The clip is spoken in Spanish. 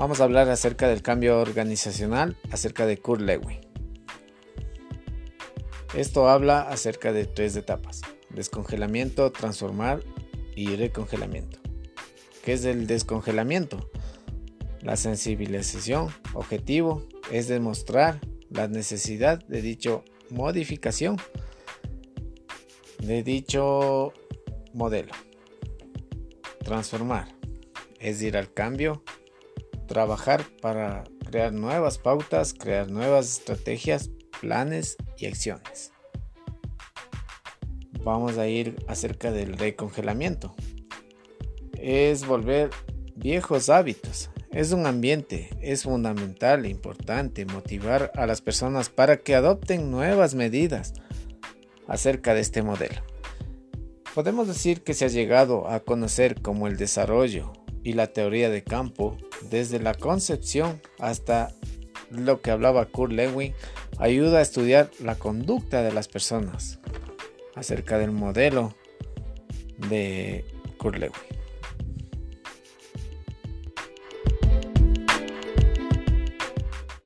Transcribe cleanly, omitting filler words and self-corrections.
Vamos a hablar acerca del cambio organizacional, acerca de Kurt Lewin. Esto habla acerca de 3 etapas: descongelamiento, transformar y recongelamiento. ¿Qué es el descongelamiento? La sensibilización. Objetivo es demostrar la necesidad de dicha modificación de dicho modelo. Transformar es ir al cambio, trabajar para crear nuevas pautas, crear nuevas estrategias, planes y acciones. Vamos a ir acerca del recongelamiento. Es volver viejos hábitos. Es un ambiente, es fundamental e importante motivar a las personas para que adopten nuevas medidas acerca de este modelo. Podemos decir que se ha llegado a conocer como el desarrollo y la teoría de campo, desde la concepción hasta lo que hablaba Kurt Lewin, ayuda a estudiar la conducta de las personas acerca del modelo de Kurt Lewin.